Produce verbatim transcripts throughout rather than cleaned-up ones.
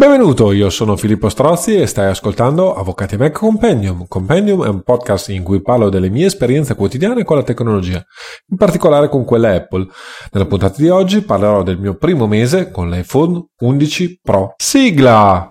Benvenuto, io sono Filippo Strozzi e stai ascoltando Avvocati Mac Compendium. Compendium è un podcast in cui parlo delle mie esperienze quotidiane con la tecnologia, in particolare con quella Apple. Nella puntata di oggi parlerò del mio primo mese con l'iPhone undici Pro. Sigla!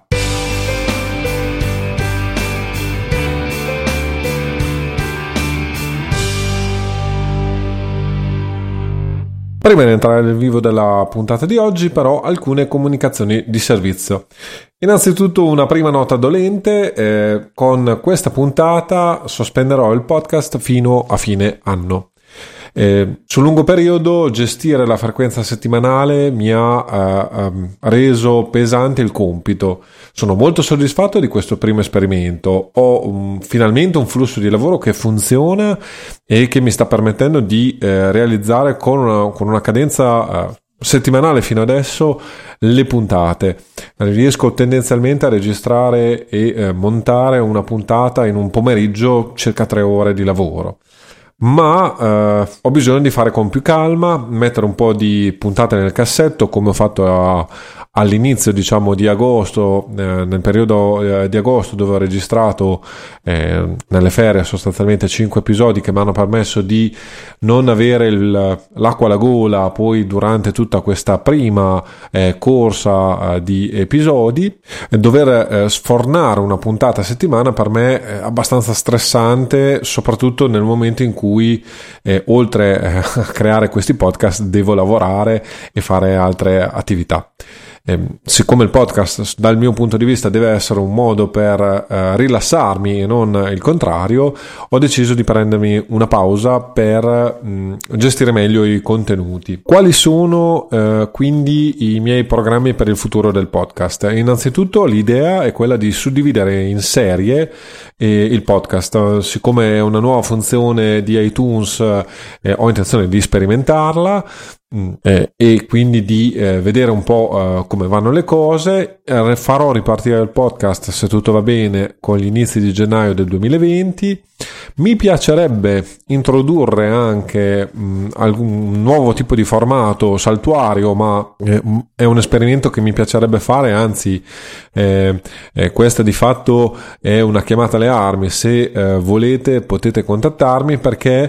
Prima di entrare nel vivo della puntata di oggi, però, alcune comunicazioni di servizio. Innanzitutto una prima nota dolente, eh, con questa puntata sospenderò il podcast fino a fine anno. Eh, sul lungo periodo gestire la frequenza settimanale mi ha eh, um, reso pesante il compito. Sono molto soddisfatto di questo primo esperimento. Ho um, finalmente un flusso di lavoro che funziona e che mi sta permettendo di eh, realizzare con una, con una cadenza eh, settimanale fino adesso le puntate. Riesco tendenzialmente a registrare e eh, montare una puntata in un pomeriggio, circa tre ore di lavoro. Ma eh, ho bisogno di fare con più calma, mettere un po' di puntate nel cassetto, come ho fatto a, all'inizio diciamo di agosto, eh, nel periodo eh, di agosto, dove ho registrato eh, nelle ferie sostanzialmente cinque episodi che mi hanno permesso di non avere il, l'acqua alla gola poi durante tutta questa prima eh, corsa eh, di episodi. Eh, dover eh, sfornare una puntata a settimana per me è abbastanza stressante, soprattutto nel momento in cui cui eh, oltre eh, a creare questi podcast devo lavorare e fare altre attività. Eh, siccome il podcast dal mio punto di vista deve essere un modo per eh, rilassarmi e non il contrario, ho deciso di prendermi una pausa per mh, gestire meglio i contenuti. Quali sono eh, quindi i miei programmi per il futuro del podcast? Innanzitutto l'idea è quella di suddividere in serie eh, il podcast. Siccome è una nuova funzione di iTunes, eh, ho intenzione di sperimentarla Eh, e quindi di eh, vedere un po' eh, come vanno le cose. Eh, farò ripartire il podcast, se tutto va bene, con gli inizi di gennaio del duemilaventi. Mi piacerebbe introdurre anche mh, algún nuovo tipo di formato saltuario, ma eh, è un esperimento che mi piacerebbe fare, anzi eh, eh, questa di fatto è una chiamata alle armi. Se eh, volete potete contattarmi, perché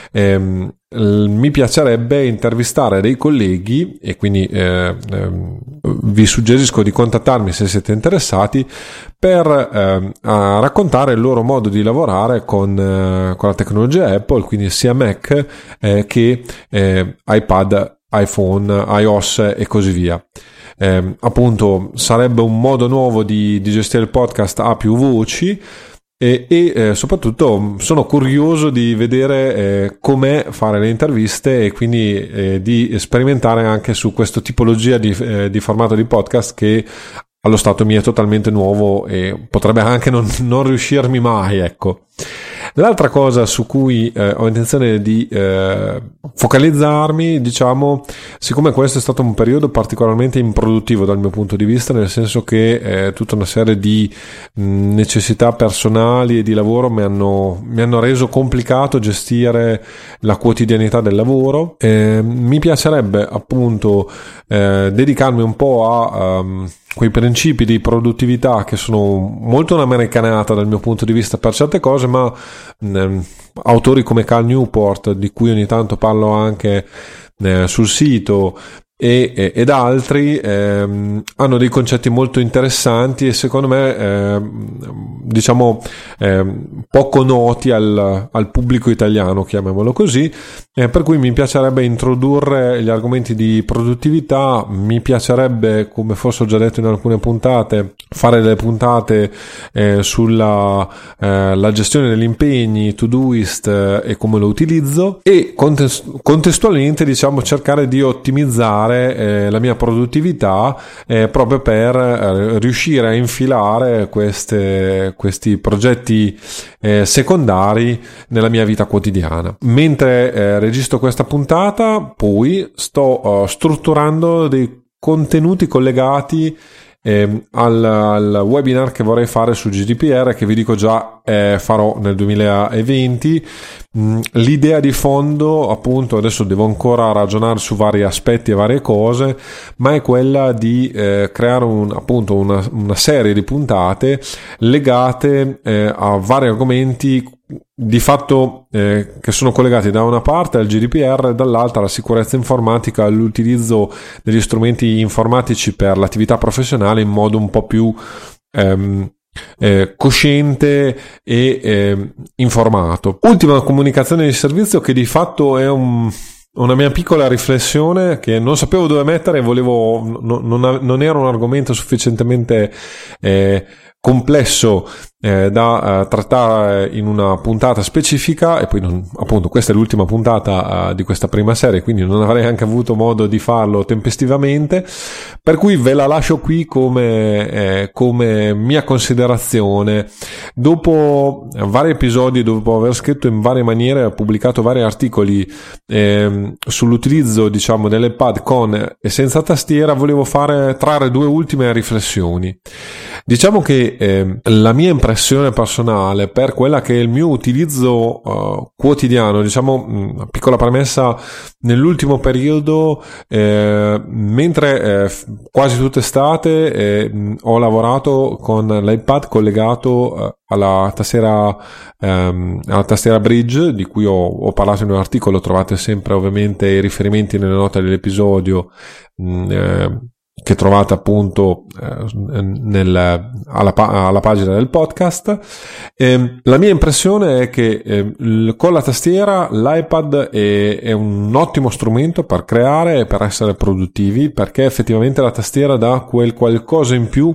ehm, mi piacerebbe intervistare dei colleghi e quindi eh, eh, vi suggerisco di contattarmi se siete interessati per eh, a raccontare il loro modo di lavorare con, eh, con la tecnologia Apple, quindi sia Mac eh, che eh, iPad, iPhone, iOS e così via. Eh, appunto sarebbe un modo nuovo di, di gestire il podcast a più voci. E, e eh, soprattutto sono curioso di vedere eh, com'è fare le interviste e quindi eh, di sperimentare anche su questa tipologia di, eh, di formato di podcast che allo stato mi è totalmente nuovo e potrebbe anche non, non riuscirmi mai, ecco. L'altra cosa su cui eh, ho intenzione di eh, focalizzarmi, diciamo, siccome questo è stato un periodo particolarmente improduttivo dal mio punto di vista, nel senso che eh, tutta una serie di mh, necessità personali e di lavoro mi hanno, mi hanno reso complicato gestire la quotidianità del lavoro. Eh, mi piacerebbe appunto eh, dedicarmi un po' a um, quei principi di produttività che sono molto un'americanata dal mio punto di vista per certe cose, ma mh, autori come Cal Newport, di cui ogni tanto parlo anche eh, sul sito, e, e, ed altri ehm, hanno dei concetti molto interessanti e secondo me ehm, diciamo ehm, poco noti al, al pubblico italiano, chiamiamolo così, eh, per cui mi piacerebbe introdurre gli argomenti di produttività. Mi piacerebbe, come forse ho già detto in alcune puntate, fare delle puntate eh, sulla eh, la gestione degli impegni, Todoist eh, e come lo utilizzo, e contestu- contestualmente diciamo cercare di ottimizzare Eh, la mia produttività eh, proprio per eh, riuscire a infilare queste, questi progetti eh, secondari nella mia vita quotidiana. Mentre eh, registro questa puntata, poi sto uh, strutturando dei contenuti collegati eh, al, al webinar che vorrei fare su G D P R, che vi dico già eh, farò nel duemilaventi. Mm, l'idea di fondo, appunto, adesso devo ancora ragionare su vari aspetti e varie cose, ma è quella di eh, creare un, appunto una, una serie di puntate legate eh, a vari argomenti di fatto eh, che sono collegati da una parte al G D P R e dall'altra alla sicurezza informatica, all'utilizzo degli strumenti informatici per l'attività professionale in modo un po' più ehm, eh, cosciente e eh, informato. Ultima comunicazione di servizio, che di fatto è un una mia piccola riflessione che non sapevo dove mettere, volevo no, non, non era un argomento sufficientemente eh, complesso eh, da uh, trattare in una puntata specifica, e poi non, appunto questa è l'ultima puntata uh, di questa prima serie, quindi non avrei anche avuto modo di farlo tempestivamente, per cui ve la lascio qui come, eh, come mia considerazione. Dopo vari episodi, dopo aver scritto in varie maniere, pubblicato vari articoli eh, sull'utilizzo, diciamo, dell'iPad con e senza tastiera, volevo fare trarre due ultime riflessioni. Diciamo che eh, la mia impressione personale per quella che è il mio utilizzo uh, quotidiano, diciamo, una piccola premessa, nell'ultimo periodo, eh, mentre eh, quasi tutta estate eh, ho lavorato con l'iPad collegato uh, alla tastiera um, alla tastiera Bridge, di cui ho, ho parlato in un articolo. Trovate sempre ovviamente i riferimenti nelle note dell'episodio, mh, eh, che trovate appunto eh, nel, alla, alla pagina del podcast. Eh, la mia impressione è che eh, con la tastiera l'iPad è, è un ottimo strumento per creare e per essere produttivi, perché effettivamente la tastiera dà quel qualcosa in più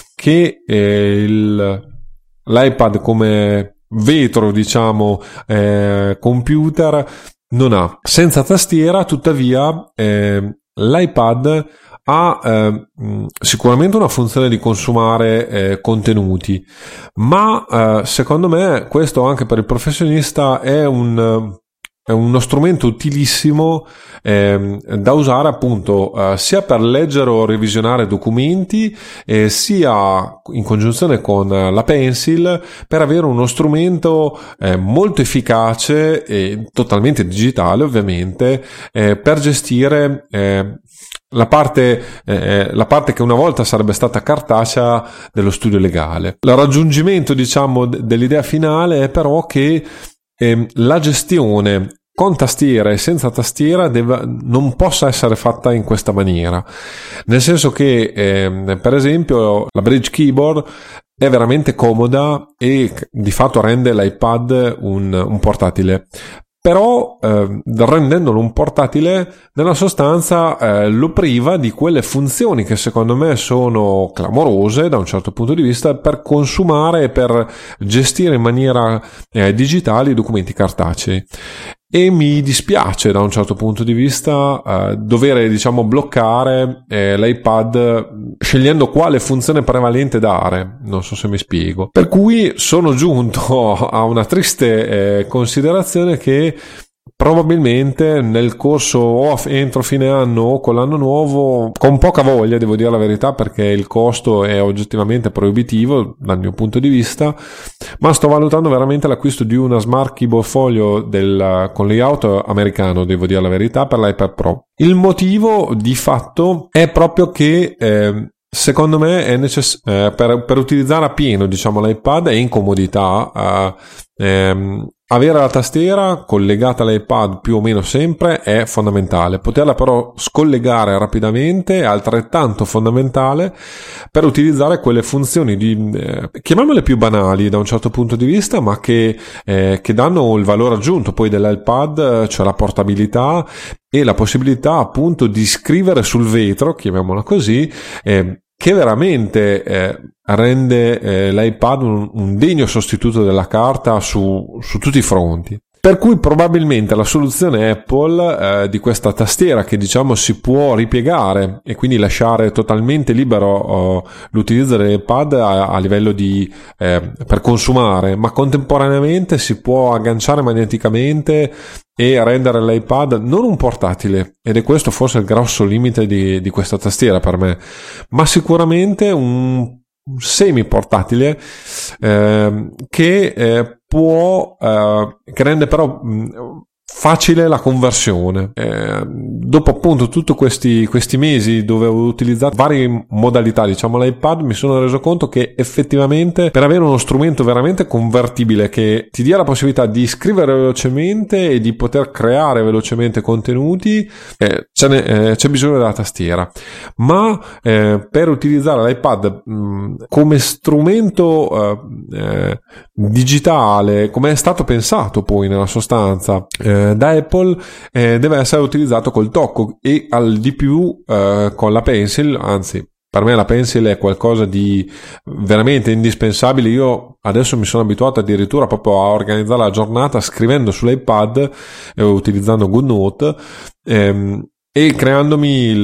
che eh, il, l'iPad come vetro, diciamo, eh, computer non ha. Senza tastiera, tuttavia, eh, l'iPad ha eh, sicuramente una funzione di consumare eh, contenuti, ma eh, secondo me questo anche per il professionista è un è uno strumento utilissimo eh, da usare appunto eh, sia per leggere o revisionare documenti, eh, sia in congiunzione con la Pencil per avere uno strumento eh, molto efficace e totalmente digitale, ovviamente, eh, per gestire eh, la parte, eh, la parte che una volta sarebbe stata cartacea dello studio legale. Il raggiungimento, diciamo, d- dell'idea finale è però che eh, la gestione con tastiera e senza tastiera deve, non possa essere fatta in questa maniera, nel senso che eh, per esempio la Bridge Keyboard è veramente comoda e di fatto rende l'iPad un, un portatile. Però eh, rendendolo un portatile, nella sostanza eh, lo priva di quelle funzioni che secondo me sono clamorose da un certo punto di vista per consumare e per gestire in maniera eh, digitale i documenti cartacei. E mi dispiace da un certo punto di vista eh, dover, diciamo, bloccare eh, l'iPad scegliendo quale funzione prevalente dare. Non so se mi spiego. Per cui sono giunto a una triste eh, considerazione che probabilmente nel corso o entro fine anno o con l'anno nuovo, con poca voglia, devo dire la verità, perché il costo è oggettivamente proibitivo dal mio punto di vista, ma sto valutando veramente l'acquisto di una Smart Keyboard Folio del, con layout americano, devo dire la verità, per l'iPad Pro. Il motivo di fatto è proprio che eh, secondo me è necess- eh, per, per utilizzare a pieno, diciamo, l'iPad è in comodità. Eh, ehm, Avere la tastiera collegata all'iPad più o meno sempre è fondamentale. Poterla però scollegare rapidamente è altrettanto fondamentale per utilizzare quelle funzioni di, eh, chiamiamole più banali da un certo punto di vista, ma che, eh, che danno il valore aggiunto poi dell'iPad, cioè la portabilità e la possibilità appunto di scrivere sul vetro, chiamiamola così, eh, che veramente eh, rende eh, l'iPad un, un degno sostituto della carta su, su tutti i fronti. Per cui probabilmente la soluzione Apple eh, di questa tastiera, che diciamo si può ripiegare e quindi lasciare totalmente libero oh, l'utilizzo dell'iPad a, a livello di eh, per consumare, ma contemporaneamente si può agganciare magneticamente e rendere l'iPad non un portatile, ed è questo forse il grosso limite di, di questa tastiera per me, ma sicuramente un semi portatile eh, che eh, può eh, che rende però mh, facile la conversione. Eh, dopo appunto tutti questi, questi mesi dove ho utilizzato varie modalità, diciamo l'iPad, mi sono reso conto che effettivamente per avere uno strumento veramente convertibile che ti dia la possibilità di scrivere velocemente e di poter creare velocemente contenuti, eh, ce ne, eh, c'è bisogno della tastiera. Ma eh, per utilizzare l'iPad mh, come strumento eh, eh, digitale, come è stato pensato poi nella sostanza eh, da Apple, eh, deve essere utilizzato col tocco e al di più eh, con la Pencil. Anzi, per me la Pencil è qualcosa di veramente indispensabile. Io adesso mi sono abituato addirittura proprio a organizzare la giornata scrivendo sull'iPad e utilizzando GoodNote ehm, e creandomi il,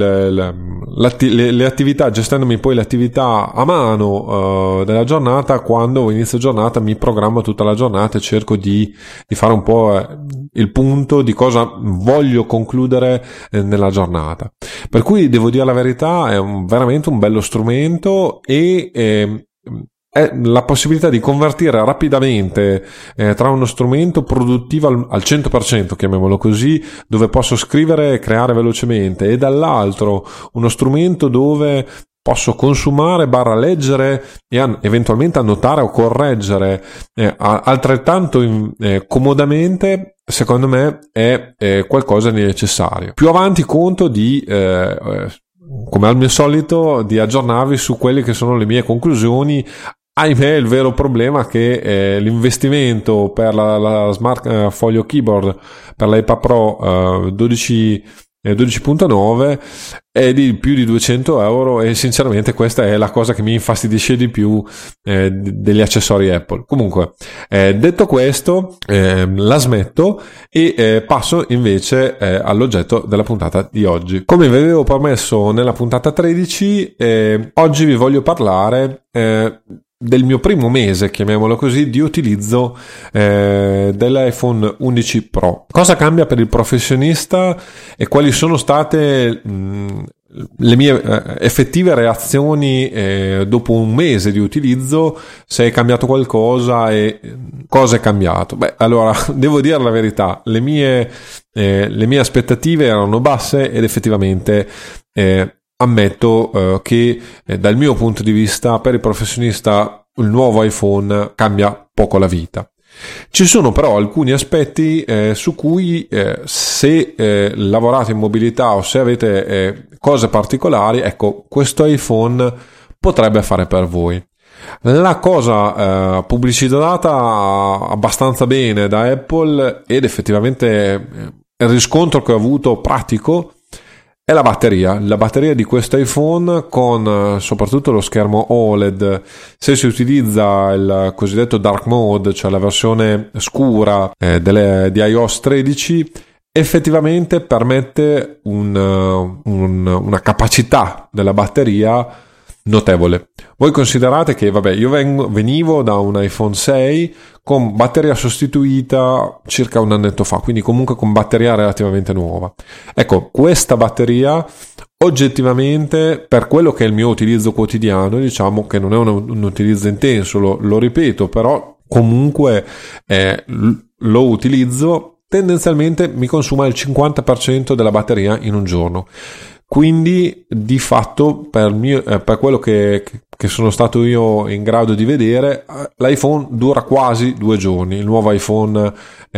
il, le, le attività, gestendomi poi le attività a mano uh, della giornata. Quando inizio giornata mi programmo tutta la giornata e cerco di, di fare un po' eh, il punto di cosa voglio concludere eh, nella giornata. Per cui devo dire la verità, è un, veramente un bello strumento e eh, è la possibilità di convertire rapidamente eh, tra uno strumento produttivo al, al cento per cento, chiamiamolo così, dove posso scrivere e creare velocemente, e dall'altro uno strumento dove posso consumare barra leggere e an- eventualmente annotare o correggere eh, a- altrettanto in, eh, comodamente. Secondo me è eh, qualcosa di necessario. Più avanti conto di eh, eh, come al mio solito di aggiornarvi su quelle che sono le mie conclusioni. Ahimè, il vero problema è che eh, l'investimento per la, la Smart eh, Folio Keyboard per l'iPad Pro eh, dodici punto nove è di più di duecento euro, e sinceramente questa è la cosa che mi infastidisce di più eh, degli accessori Apple. Comunque, eh, detto questo, eh, la smetto e eh, passo invece eh, all'oggetto della puntata di oggi. Come vi avevo promesso nella puntata tredici, eh, oggi vi voglio parlare eh, del mio primo mese, chiamiamolo così, di utilizzo eh, dell'iPhone undici Pro. Cosa cambia per il professionista e quali sono state mh, le mie eh, effettive reazioni eh, dopo un mese di utilizzo, se è cambiato qualcosa e cosa è cambiato? Beh, allora, devo dire la verità, le mie, eh, le mie aspettative erano basse ed effettivamente eh, ammetto eh, che eh, dal mio punto di vista per il professionista il nuovo iPhone cambia poco la vita. Ci sono però alcuni aspetti eh, su cui eh, se eh, lavorate in mobilità o se avete eh, cose particolari, ecco, questo iPhone potrebbe fare per voi. La cosa eh, pubblicizzata abbastanza bene da Apple, ed effettivamente eh, il riscontro che ho avuto pratico, è la batteria. La batteria di questo iPhone, con soprattutto lo schermo O L E D, se si utilizza il cosiddetto dark mode, cioè la versione scura eh, delle, di iOS tredici, effettivamente permette un, un, una capacità della batteria notevole. Voi considerate che, vabbè, io vengo, venivo da un iPhone sei con batteria sostituita circa un annetto fa, quindi comunque con batteria relativamente nuova. Ecco, questa batteria oggettivamente, per quello che è il mio utilizzo quotidiano, diciamo che non è un, un utilizzo intenso, lo, lo ripeto, però comunque eh, lo utilizzo, tendenzialmente mi consuma il cinquanta per cento della batteria in un giorno. Quindi di fatto per, mio, eh, per quello che, che sono stato io in grado di vedere, l'iPhone dura quasi due giorni, il nuovo iPhone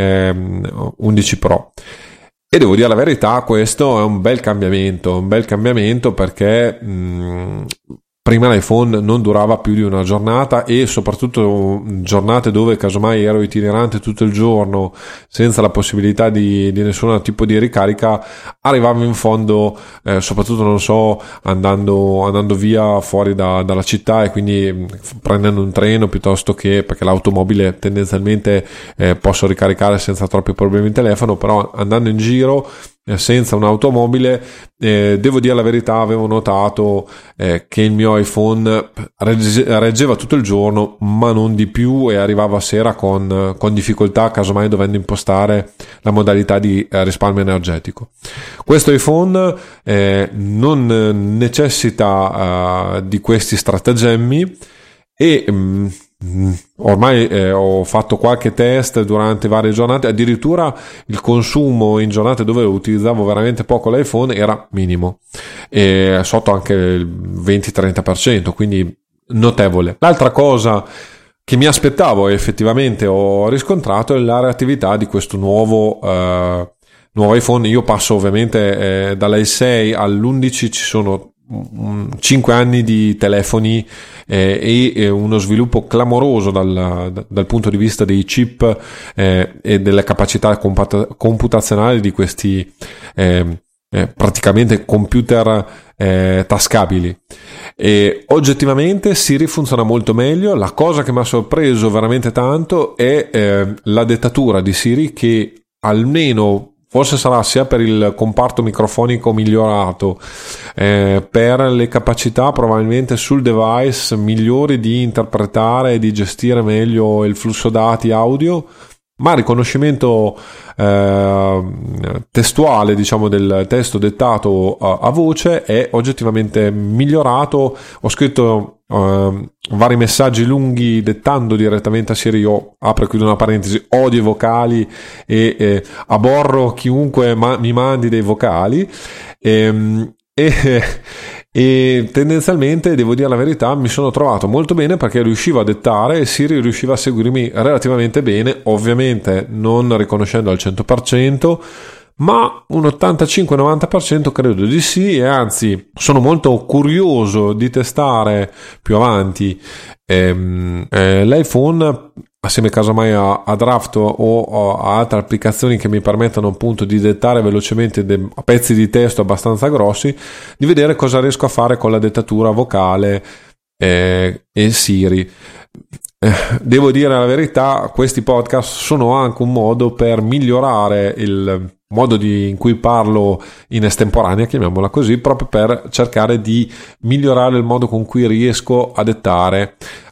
ehm, undici Pro. E devo dire la verità, questo è un bel cambiamento, un bel cambiamento perché mh, prima l'iPhone non durava più di una giornata, e soprattutto giornate dove casomai ero itinerante tutto il giorno senza la possibilità di, di nessun tipo di ricarica, arrivavo in fondo, eh, soprattutto non so andando, andando via fuori da, dalla città, e quindi prendendo un treno piuttosto che, perché l'automobile tendenzialmente eh, posso ricaricare senza troppi problemi il telefono, però andando in giro senza un'automobile, eh, devo dire la verità, avevo notato eh, che il mio iPhone regge- reggeva tutto il giorno, ma non di più, e arrivava a sera con, con difficoltà, casomai dovendo impostare la modalità di eh, risparmio energetico. Questo iPhone eh, non necessita eh, di questi stratagemmi, e mh, ormai eh, ho fatto qualche test durante varie giornate, addirittura il consumo in giornate dove utilizzavo veramente poco l'iPhone era minimo, e sotto anche il venti trenta per cento, quindi notevole. L'altra cosa che mi aspettavo e effettivamente ho riscontrato è la reattività di questo nuovo eh, nuovo iPhone. Io passo ovviamente eh, dall'I sei all'undici, ci sono cinque anni di telefoni eh, e uno sviluppo clamoroso dal, dal punto di vista dei chip eh, e delle capacità compat- computazionali di questi eh, eh, praticamente computer eh, tascabili, e oggettivamente Siri funziona molto meglio. La cosa che mi ha sorpreso veramente tanto è eh, la dettatura di Siri, che almeno forse sarà sia per il comparto microfonico migliorato, eh, per le capacità probabilmente sul device migliori di interpretare e di gestire meglio il flusso dati audio, ma il riconoscimento eh, testuale, diciamo, del testo dettato a, a voce è oggettivamente migliorato. Ho scritto Uh, vari messaggi lunghi dettando direttamente a Siri. Io apro e chiudo una parentesi, odio i vocali e eh, aborro chiunque ma- mi mandi dei vocali, e, e, e tendenzialmente, devo dire la verità, mi sono trovato molto bene, perché riuscivo a dettare e Siri riusciva a seguirmi relativamente bene, ovviamente non riconoscendo al cento per cento, ma un ottantacinque novanta per cento credo di sì. E anzi sono molto curioso di testare più avanti ehm, eh, l'iPhone assieme casomai a, a Draft o a altre applicazioni che mi permettono appunto di dettare velocemente de- pezzi di testo abbastanza grossi, di vedere cosa riesco a fare con la dettatura vocale eh, e Siri. Eh, devo dire la verità, questi podcast sono anche un modo per migliorare il modo di, in cui parlo in estemporanea, chiamiamola così, proprio per cercare di migliorare il modo con cui riesco a dettare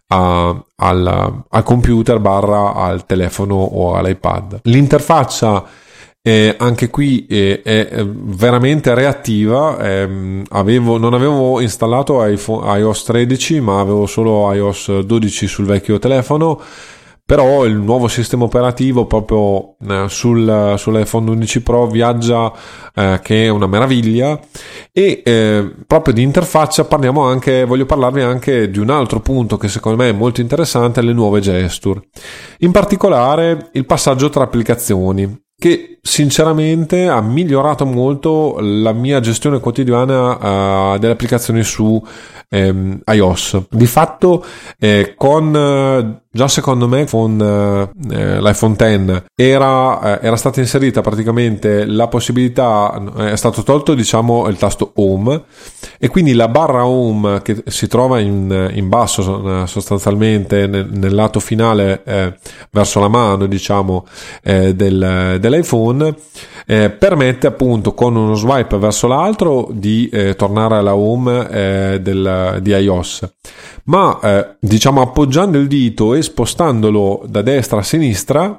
a, al, al computer barra al telefono o all'iPad. L'interfaccia Eh, anche qui eh, è veramente reattiva. Eh, avevo, non avevo installato iPhone, iOS tredici, ma avevo solo iOS dodici sul vecchio telefono, però il nuovo sistema operativo proprio eh, sul, sull'iPhone undici Pro viaggia eh, che è una meraviglia. E eh, proprio di interfaccia parliamo anche, voglio parlarvi anche di un altro punto che secondo me è molto interessante: le nuove gesture, in particolare il passaggio tra applicazioni, che sinceramente ha migliorato molto la mia gestione quotidiana uh, delle applicazioni su ehm, iOS. Di fatto eh, con eh, già secondo me con eh, l'iPhone X era, eh, era stata inserita praticamente la possibilità, eh, è stato tolto diciamo il tasto Home, e quindi la barra Home che si trova in, in basso sostanzialmente nel, nel lato finale eh, verso la mano diciamo eh, del, dell'iPhone eh, permette appunto con uno swipe verso l'altro di eh, tornare alla Home eh, del, di iOS, ma eh, diciamo appoggiando il dito e spostandolo da destra a sinistra,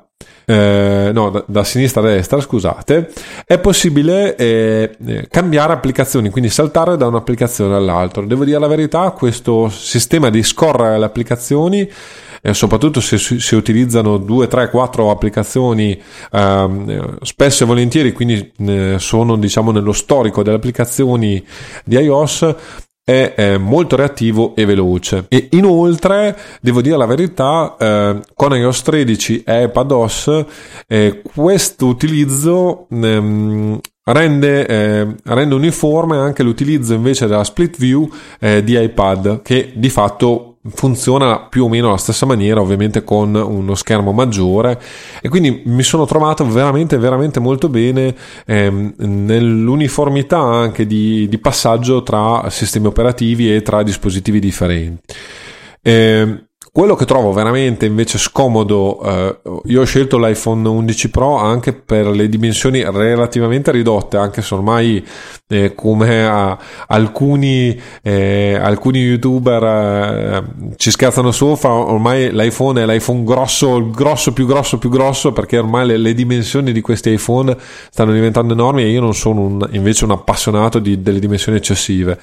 eh, no da, da sinistra a destra scusate, è possibile eh, cambiare applicazioni, quindi saltare da un'applicazione all'altra. Devo dire la verità, questo sistema di scorrere le applicazioni, eh, soprattutto se si utilizzano due, tre, quattro applicazioni eh, spesso e volentieri, quindi eh, sono diciamo nello storico delle applicazioni di iOS, è eh, molto reattivo e veloce. E inoltre devo dire la verità, eh, con iOS tredici e iPadOS eh, questo utilizzo ehm, rende, eh, rende uniforme anche l'utilizzo invece della split view eh, di iPad, che di fatto funziona più o meno alla stessa maniera, ovviamente con uno schermo maggiore, e quindi mi sono trovato veramente veramente molto bene ehm, nell'uniformità anche di, di passaggio tra sistemi operativi e tra dispositivi differenti. Eh, quello che trovo veramente invece scomodo, eh, io ho scelto l'iPhone undici Pro anche per le dimensioni relativamente ridotte, anche se ormai eh, come a, alcuni eh, alcuni youtuber eh, ci scherzano sopra, ormai l'iPhone è l'iPhone grosso, il grosso più grosso più grosso, perché ormai le, le dimensioni di questi iPhone stanno diventando enormi e io non sono un, invece un appassionato di, delle dimensioni eccessive.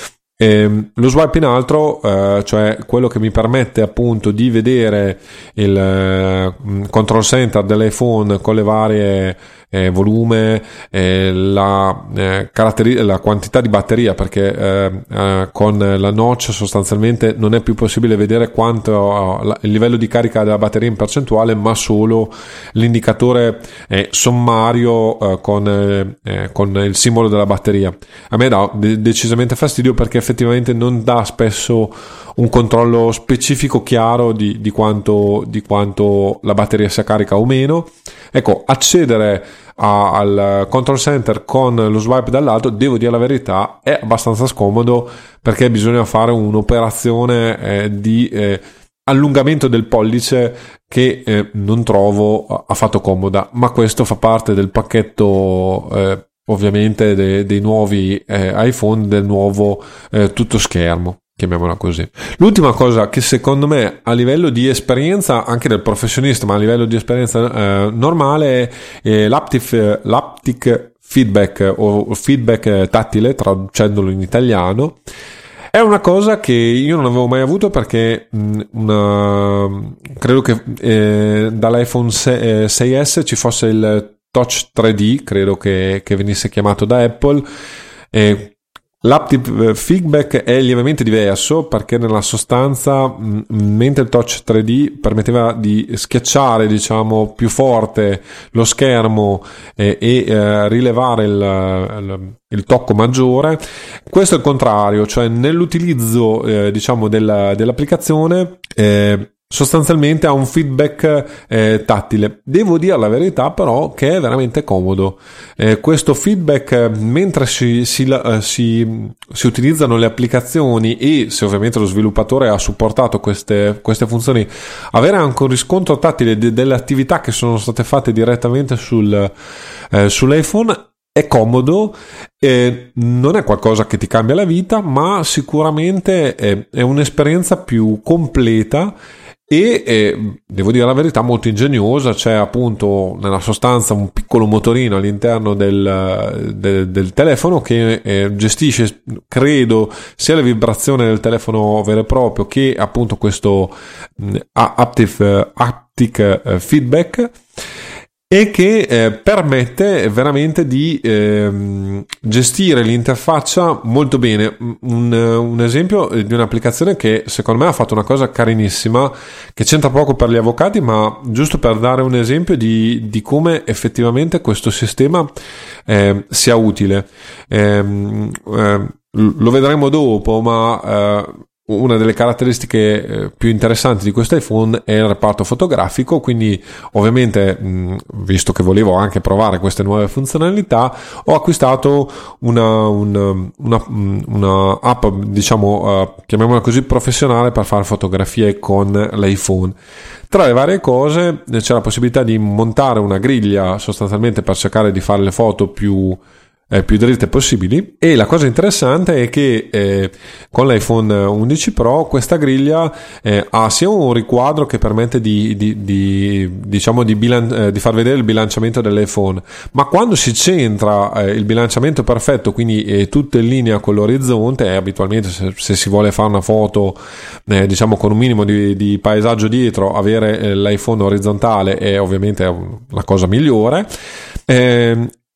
Eh, lo swipe in alto, eh, cioè quello che mi permette appunto di vedere il eh, control center dell'iPhone con le varie eh, volume, eh, la, eh, caratteri- la quantità di batteria, perché eh, eh, con la notch sostanzialmente non è più possibile vedere quanto eh, la, il livello di carica della batteria in percentuale, ma solo l'indicatore eh, sommario eh, con, eh, con il simbolo della batteria. A me dà de- decisamente fastidio, perché effettivamente non dà spesso un controllo specifico chiaro di, di quanto di quanto la batteria sia carica o meno. Ecco, accedere a, al control center con lo swipe dall'alto, devo dire la verità, è abbastanza scomodo, perché bisogna fare un'operazione eh, di eh, allungamento del pollice che eh, non trovo affatto comoda, ma questo fa parte del pacchetto eh, ovviamente de, dei nuovi eh, iPhone, del nuovo eh, tutto schermo, chiamiamola così. L'ultima cosa che secondo me a livello di esperienza, anche del professionista, ma a livello di esperienza eh, normale, è l'aptic, l'aptic feedback o feedback tattile, traducendolo in italiano. È una cosa che io non avevo mai avuto, perché mh, una, credo che eh, dall'iPhone sei S ci fosse il Touch tre D, credo che, che venisse chiamato da Apple. E l'aptic feedback è lievemente diverso, perché nella sostanza mh, mentre il Touch tre D permetteva di schiacciare, diciamo, più forte lo schermo eh, e eh, rilevare il, il, il tocco maggiore, questo è il contrario, cioè nell'utilizzo eh, diciamo della, dell'applicazione eh, sostanzialmente ha un feedback eh, tattile. Devo dire la verità però che è veramente comodo. Eh, questo feedback, mentre si, si, uh, si, si utilizzano le applicazioni e se ovviamente lo sviluppatore ha supportato queste, queste funzioni, avere anche un riscontro tattile de, delle attività che sono state fatte direttamente sul, eh, sull'iPhone è comodo, eh, non è qualcosa che ti cambia la vita, ma sicuramente è, è un'esperienza più completa. E eh, devo dire la verità, molto ingegnosa. C'è appunto nella sostanza un piccolo motorino all'interno del, del, del telefono che eh, gestisce, credo, sia la vibrazione del telefono vero e proprio che appunto questo mh, haptic, haptic feedback, e che eh, permette veramente di eh, gestire l'interfaccia molto bene. Un, un esempio di un'applicazione che secondo me ha fatto una cosa carinissima, che c'entra poco per gli avvocati, ma giusto per dare un esempio di, di come effettivamente questo sistema eh, sia utile. Eh, eh, lo vedremo dopo, ma eh, una delle caratteristiche eh, più interessanti di questo iPhone è il reparto fotografico, quindi ovviamente mh, visto che volevo anche provare queste nuove funzionalità, ho acquistato una, una, una, una app, diciamo, uh, chiamiamola così, professionale per fare fotografie con l'iPhone. Tra le varie cose c'è la possibilità di montare una griglia sostanzialmente per cercare di fare le foto più Eh, più dritte possibili, e la cosa interessante è che eh, con l'iPhone undici Pro questa griglia eh, ha sia un riquadro che permette di, di, di diciamo di, bilan- eh, di far vedere il bilanciamento dell'iPhone, ma quando si centra eh, il bilanciamento perfetto, quindi è tutto in linea con l'orizzonte, e abitualmente se, se si vuole fare una foto eh, diciamo con un minimo di, di paesaggio dietro, avere eh, l'iPhone orizzontale è ovviamente la cosa migliore. eh,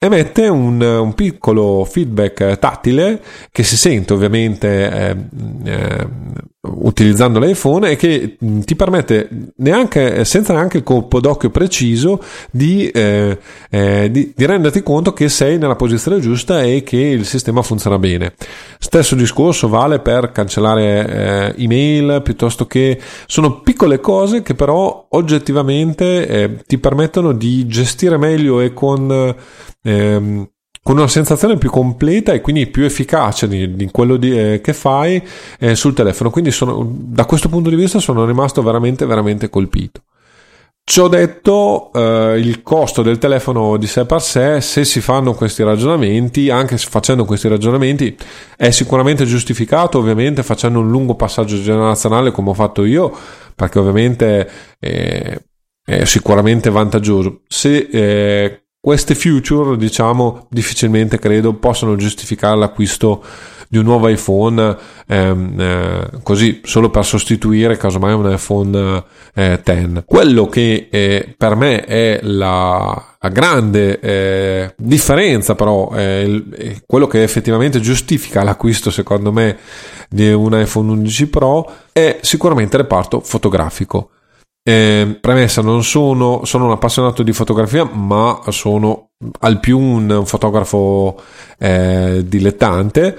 emette un, un piccolo feedback tattile che si sente ovviamente eh, eh, utilizzando l'iPhone e che ti permette neanche, senza neanche il colpo d'occhio preciso, di, eh, eh, di, di renderti conto che sei nella posizione giusta e che il sistema funziona bene. Stesso discorso vale per cancellare eh, email, piuttosto che sono piccole cose che però oggettivamente eh, ti permettono di gestire meglio e con ehm, con una sensazione più completa e quindi più efficace di, di quello di, eh, che fai eh, sul telefono. Quindi sono, da questo punto di vista sono rimasto veramente veramente colpito. Ciò detto, eh, il costo del telefono di sé per sé, se si fanno questi ragionamenti, anche facendo questi ragionamenti, è sicuramente giustificato, ovviamente facendo un lungo passaggio generazionale come ho fatto io, perché ovviamente eh, è sicuramente vantaggioso. Se eh, queste feature, diciamo, difficilmente credo possano giustificare l'acquisto di un nuovo iPhone ehm, eh, così solo per sostituire casomai un iPhone eh, dieci. Quello che eh, per me è la, la grande eh, differenza, però è, il, è quello che effettivamente giustifica l'acquisto secondo me di un iPhone undici Pro, è sicuramente il reparto fotografico. Eh, premessa, non sono, sono un appassionato di fotografia, ma sono al più un fotografo eh, dilettante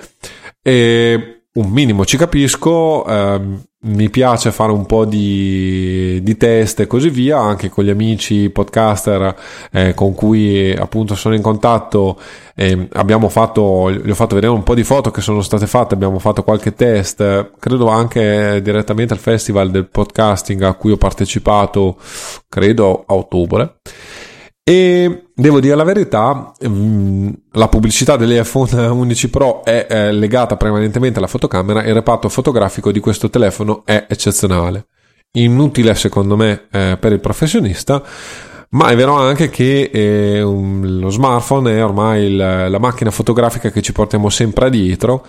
e un minimo ci capisco. Eh, mi piace fare un po' di, di test e così via, anche con gli amici podcaster eh, con cui appunto sono in contatto. Eh, abbiamo fatto, gli ho fatto vedere un po' di foto che sono state fatte, abbiamo fatto qualche test, credo anche direttamente al festival del podcasting a cui ho partecipato, credo a ottobre. E devo dire la verità, la pubblicità dell'iPhone undici Pro è, è legata prevalentemente alla fotocamera e il reparto fotografico di questo telefono è eccezionale. Inutile secondo me eh, per il professionista, ma è vero anche che eh, un, lo smartphone è ormai il, la macchina fotografica che ci portiamo sempre dietro.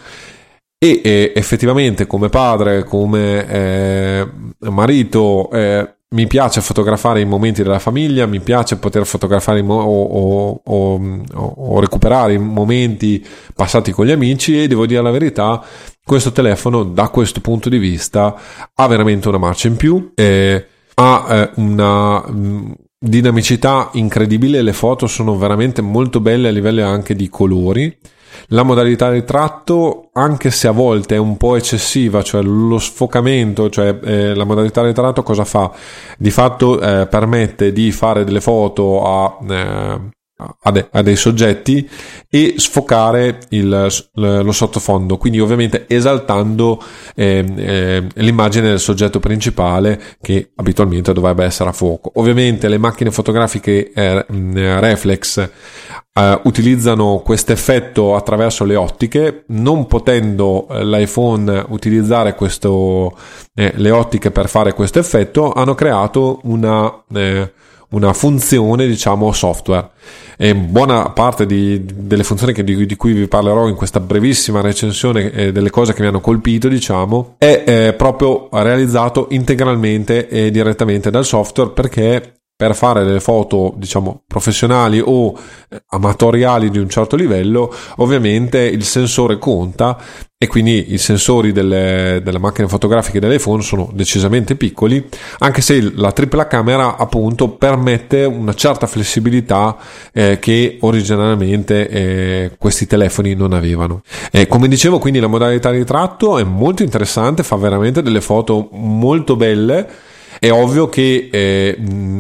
E eh, effettivamente come padre, come eh, marito, eh, mi piace fotografare i momenti della famiglia, mi piace poter fotografare mo- o, o, o, o recuperare i momenti passati con gli amici, e devo dire la verità, questo telefono da questo punto di vista ha veramente una marcia in più, eh, ha eh, una mh, dinamicità incredibile, le foto sono veramente molto belle a livello anche di colori. La modalità ritratto, anche se a volte è un po' eccessiva, cioè lo sfocamento, cioè eh, la modalità ritratto cosa fa? Di fatto eh, permette di fare delle foto a, eh, a, de- a dei soggetti e sfocare il, lo sottofondo, quindi ovviamente esaltando eh, eh, l'immagine del soggetto principale, che abitualmente dovrebbe essere a fuoco. Ovviamente le macchine fotografiche eh, reflex Uh, utilizzano questo effetto attraverso le ottiche, non potendo uh, l'iPhone utilizzare questo, eh, le ottiche per fare questo effetto, hanno creato una, eh, una funzione, diciamo, software. E buona parte di, delle funzioni che, di, di cui vi parlerò in questa brevissima recensione, eh, delle cose che mi hanno colpito, diciamo, è eh, proprio realizzato integralmente e direttamente dal software, perché per fare delle foto, diciamo, professionali o amatoriali di un certo livello, ovviamente il sensore conta, e quindi i sensori delle, delle macchine fotografiche dell'iPhone sono decisamente piccoli, anche se la tripla camera appunto permette una certa flessibilità eh, che originariamente eh, questi telefoni non avevano. E come dicevo, quindi la modalità ritratto è molto interessante, fa veramente delle foto molto belle. È ovvio che eh,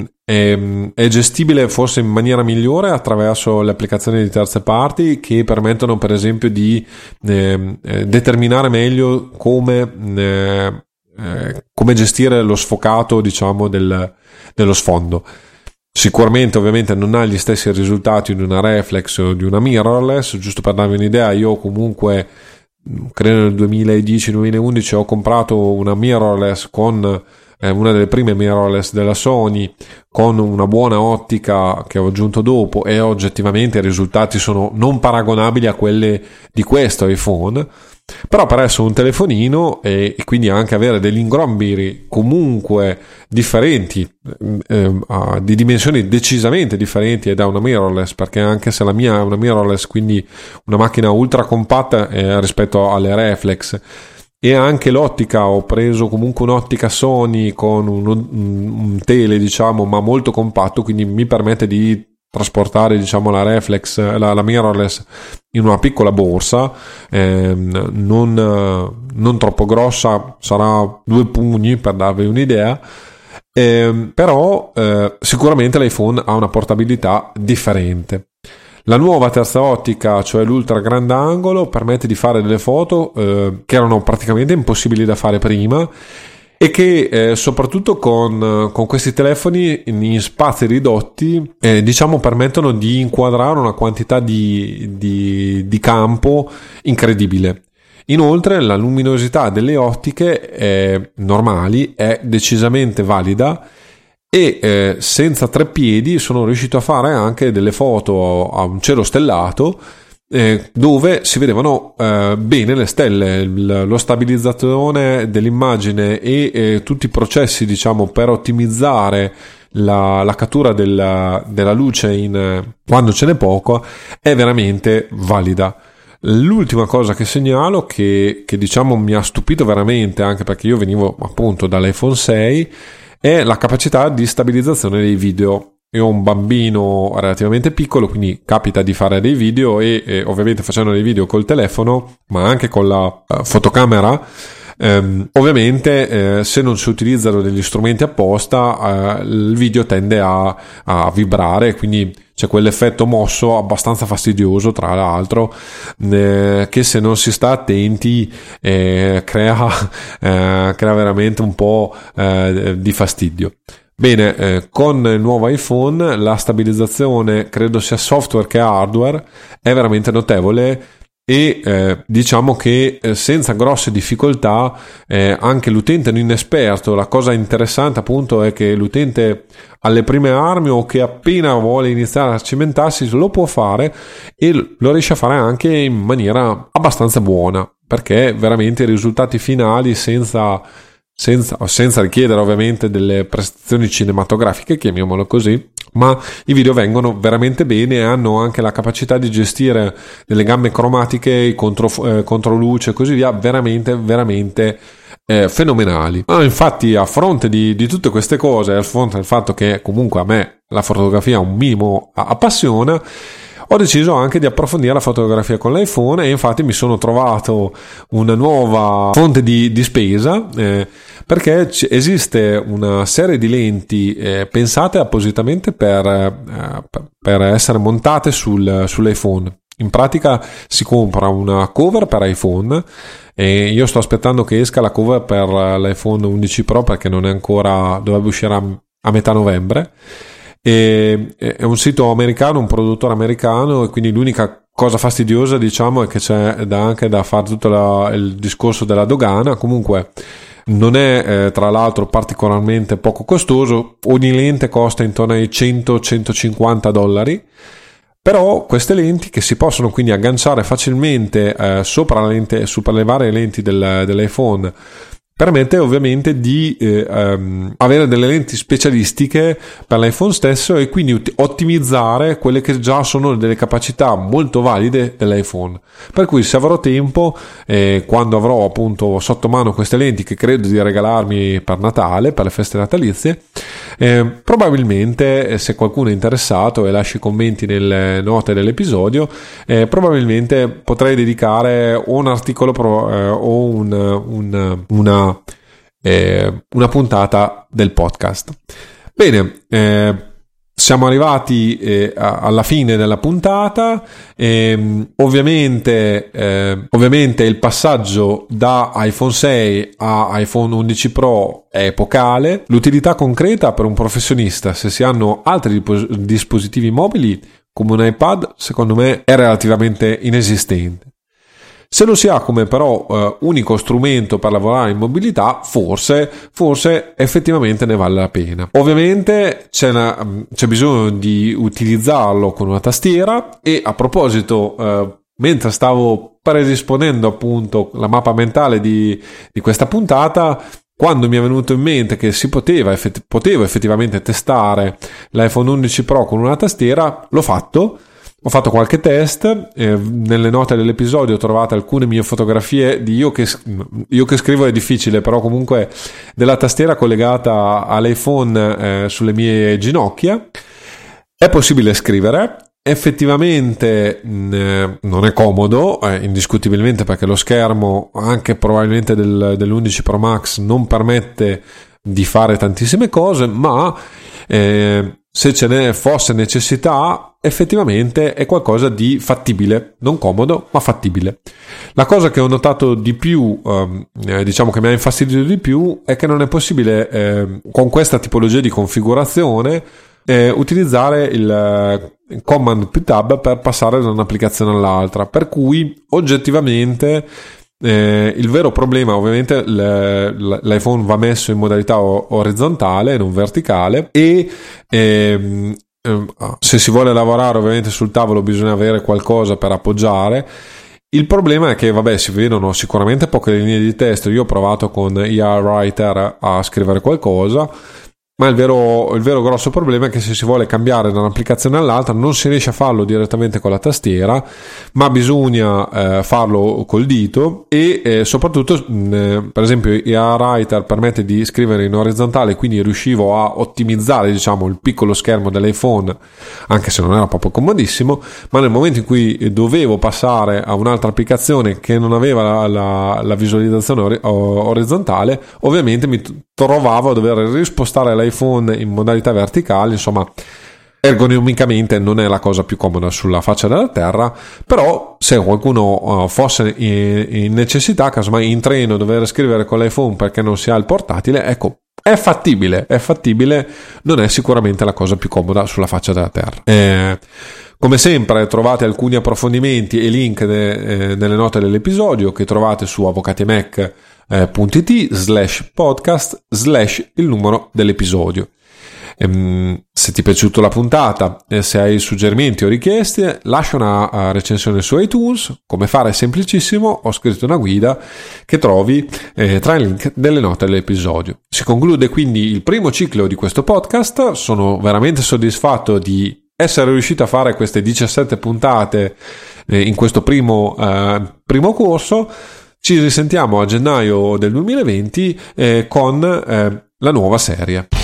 è, è gestibile forse in maniera migliore attraverso le applicazioni di terze parti, che permettono per esempio di eh, determinare meglio come, eh, eh, come gestire lo sfocato, diciamo, del, dello sfondo. Sicuramente ovviamente non ha gli stessi risultati di una reflex o di una mirrorless. Giusto per darvi un'idea, io comunque credo nel duemiladieci duemilaundici ho comprato una mirrorless con una delle prime mirrorless della Sony, con una buona ottica che ho aggiunto dopo, e oggettivamente i risultati sono non paragonabili a quelli di questo iPhone. Però per essere un telefonino e, e quindi anche avere degli ingrombiri comunque differenti, eh, di dimensioni decisamente differenti da una mirrorless, perché anche se la mia è una mirrorless, quindi una macchina ultra compatta eh, rispetto alle reflex, e anche l'ottica, ho preso comunque un'ottica Sony con un, un tele, diciamo, ma molto compatto, quindi mi permette di trasportare, diciamo, la reflex, la, la mirrorless in una piccola borsa, eh, non, non troppo grossa, sarà due pugni per darvi un'idea, eh, però eh, sicuramente l'iPhone ha una portabilità differente. La nuova terza ottica, cioè l'ultra grandangolo, permette di fare delle foto eh, che erano praticamente impossibili da fare prima, e che eh, soprattutto con, con questi telefoni in spazi ridotti eh, diciamo permettono di inquadrare una quantità di, di, di campo incredibile. Inoltre la luminosità delle ottiche eh, normali è decisamente valida, e eh, senza tre piedi sono riuscito a fare anche delle foto a un cielo stellato Eh, dove si vedevano eh, bene le stelle, il, lo stabilizzatore dell'immagine e eh, tutti i processi, diciamo, per ottimizzare la, la cattura della, della luce in, quando ce n'è poco, è veramente valida. L'ultima cosa che segnalo, che, che diciamo mi ha stupito veramente, anche perché io venivo appunto dall'iPhone sei, è la capacità di stabilizzazione dei video. Io ho un bambino relativamente piccolo, quindi capita di fare dei video e, e ovviamente facendo dei video col telefono, ma anche con la uh, fotocamera, ehm, ovviamente eh, se non si utilizzano degli strumenti apposta, eh, il video tende a, a vibrare, quindi c'è quell'effetto mosso abbastanza fastidioso, tra l'altro, eh, che se non si sta attenti eh, crea, eh, crea veramente un po' eh, di fastidio. Bene, eh, con il nuovo iPhone la stabilizzazione, credo sia software che hardware, è veramente notevole, e eh, diciamo che eh, senza grosse difficoltà eh, anche l'utente non inesperto, la cosa interessante appunto è che l'utente alle prime armi o che appena vuole iniziare a cimentarsi lo può fare, e lo riesce a fare anche in maniera abbastanza buona, perché veramente i risultati finali, senza Senza, senza richiedere ovviamente delle prestazioni cinematografiche, chiamiamolo così, ma i video vengono veramente bene e hanno anche la capacità di gestire delle gamme cromatiche, i contro, eh, controluce e così via, veramente veramente eh, fenomenali. Ah, infatti, a fronte di, di tutte queste cose, a fronte del fatto che comunque a me la fotografia un minimo appassiona, ho deciso anche di approfondire la fotografia con l'iPhone, e infatti mi sono trovato una nuova fonte di, di spesa, eh, perché c- esiste una serie di lenti eh, pensate appositamente per, eh, per essere montate sul, sull'iPhone. In pratica si compra una cover per iPhone, e io sto aspettando che esca la cover per l'iPhone undici Pro, perché non è ancora, dovrebbe uscire a, a metà novembre. E è un sito americano, un produttore americano, e quindi l'unica cosa fastidiosa, diciamo, è che c'è da, anche da fare tutto la, il discorso della dogana. Comunque non è eh, tra l'altro particolarmente poco costoso, ogni lente costa intorno ai cento centocinquanta dollari, però queste lenti, che si possono quindi agganciare facilmente eh, sopra la lente, sopra le varie lenti del, dell'iPhone, permette ovviamente di eh, um, avere delle lenti specialistiche per l'iPhone stesso, e quindi ut- ottimizzare quelle che già sono delle capacità molto valide dell'iPhone. Per cui, se avrò tempo, eh, quando avrò appunto sotto mano queste lenti, che credo di regalarmi per Natale, per le feste natalizie, eh, probabilmente, eh, se qualcuno è interessato e lasci commenti nelle note dell'episodio, eh, probabilmente potrei dedicare o un articolo pro, eh, o un, un, una Eh, una puntata del podcast. Bene, eh, siamo arrivati eh, a, alla fine della puntata. Eh, ovviamente, eh, ovviamente il passaggio da iPhone sei a iPhone undici Pro è epocale. L'utilità concreta per un professionista, se si hanno altri dispositivi mobili come un iPad, secondo me è relativamente inesistente. Se lo si ha come però eh, unico strumento per lavorare in mobilità, forse, forse effettivamente ne vale la pena. Ovviamente c'è, una, c'è bisogno di utilizzarlo con una tastiera, e a proposito eh, mentre stavo predisponendo appunto la mappa mentale di, di questa puntata, quando mi è venuto in mente che si poteva effetti, potevo effettivamente testare l'iPhone undici Pro con una tastiera, l'ho fatto. Ho fatto qualche test, eh, nelle note dell'episodio trovate alcune mie fotografie di io che, io che scrivo è difficile, però comunque della tastiera collegata all'iPhone eh, sulle mie ginocchia. È possibile scrivere, effettivamente mh, non è comodo, eh, indiscutibilmente, perché lo schermo anche probabilmente del, dell'undici Pro Max non permette di fare tantissime cose, ma eh, se ce ne fosse necessità, effettivamente è qualcosa di fattibile, non comodo, ma fattibile. La cosa che ho notato di più, eh, diciamo che mi ha infastidito di più, è che non è possibile, eh, con questa tipologia di configurazione, eh, utilizzare il, il command più tab per passare da un'applicazione all'altra, per cui oggettivamente Eh, il vero problema, ovviamente le, l'iPhone va messo in modalità orizzontale, non verticale, e ehm, ehm, se si vuole lavorare ovviamente sul tavolo bisogna avere qualcosa per appoggiare. Il problema è che vabbè, si vedono sicuramente poche linee di testo. Io ho provato con I A Writer a scrivere qualcosa, ma il vero, il vero grosso problema è che se si vuole cambiare da un'applicazione all'altra non si riesce a farlo direttamente con la tastiera, ma bisogna eh, farlo col dito e eh, soprattutto mh, per esempio I A Writer permette di scrivere in orizzontale, quindi riuscivo a ottimizzare diciamo il piccolo schermo dell'iPhone, anche se non era proprio comodissimo, ma nel momento in cui dovevo passare a un'altra applicazione che non aveva la, la, la visualizzazione ori- orizzontale, ovviamente mi trovavo a dover rispostare l'iPhone in modalità verticale. Insomma, ergonomicamente non è la cosa più comoda sulla faccia della terra, però se qualcuno uh, fosse in, in necessità, casomai in treno, dover scrivere con l'iPhone perché non si ha il portatile, ecco, è fattibile, è fattibile, non è sicuramente la cosa più comoda sulla faccia della terra. Eh, come sempre trovate alcuni approfondimenti e link de, eh, nelle note dell'episodio, che trovate su avvocatimac punto it slash podcast slash il numero dell'episodio. Ehm, se ti è piaciuta la puntata e se hai suggerimenti o richieste, lascia una uh, recensione su iTunes. Come fare è semplicissimo, ho scritto una guida che trovi eh, tra i link delle note dell'episodio. Si conclude quindi il primo ciclo di questo podcast. Sono veramente soddisfatto di essere riuscito a fare queste diciassette puntate eh, in questo primo, uh, primo corso. Ci risentiamo a gennaio del duemilaventi eh, con eh, la nuova serie.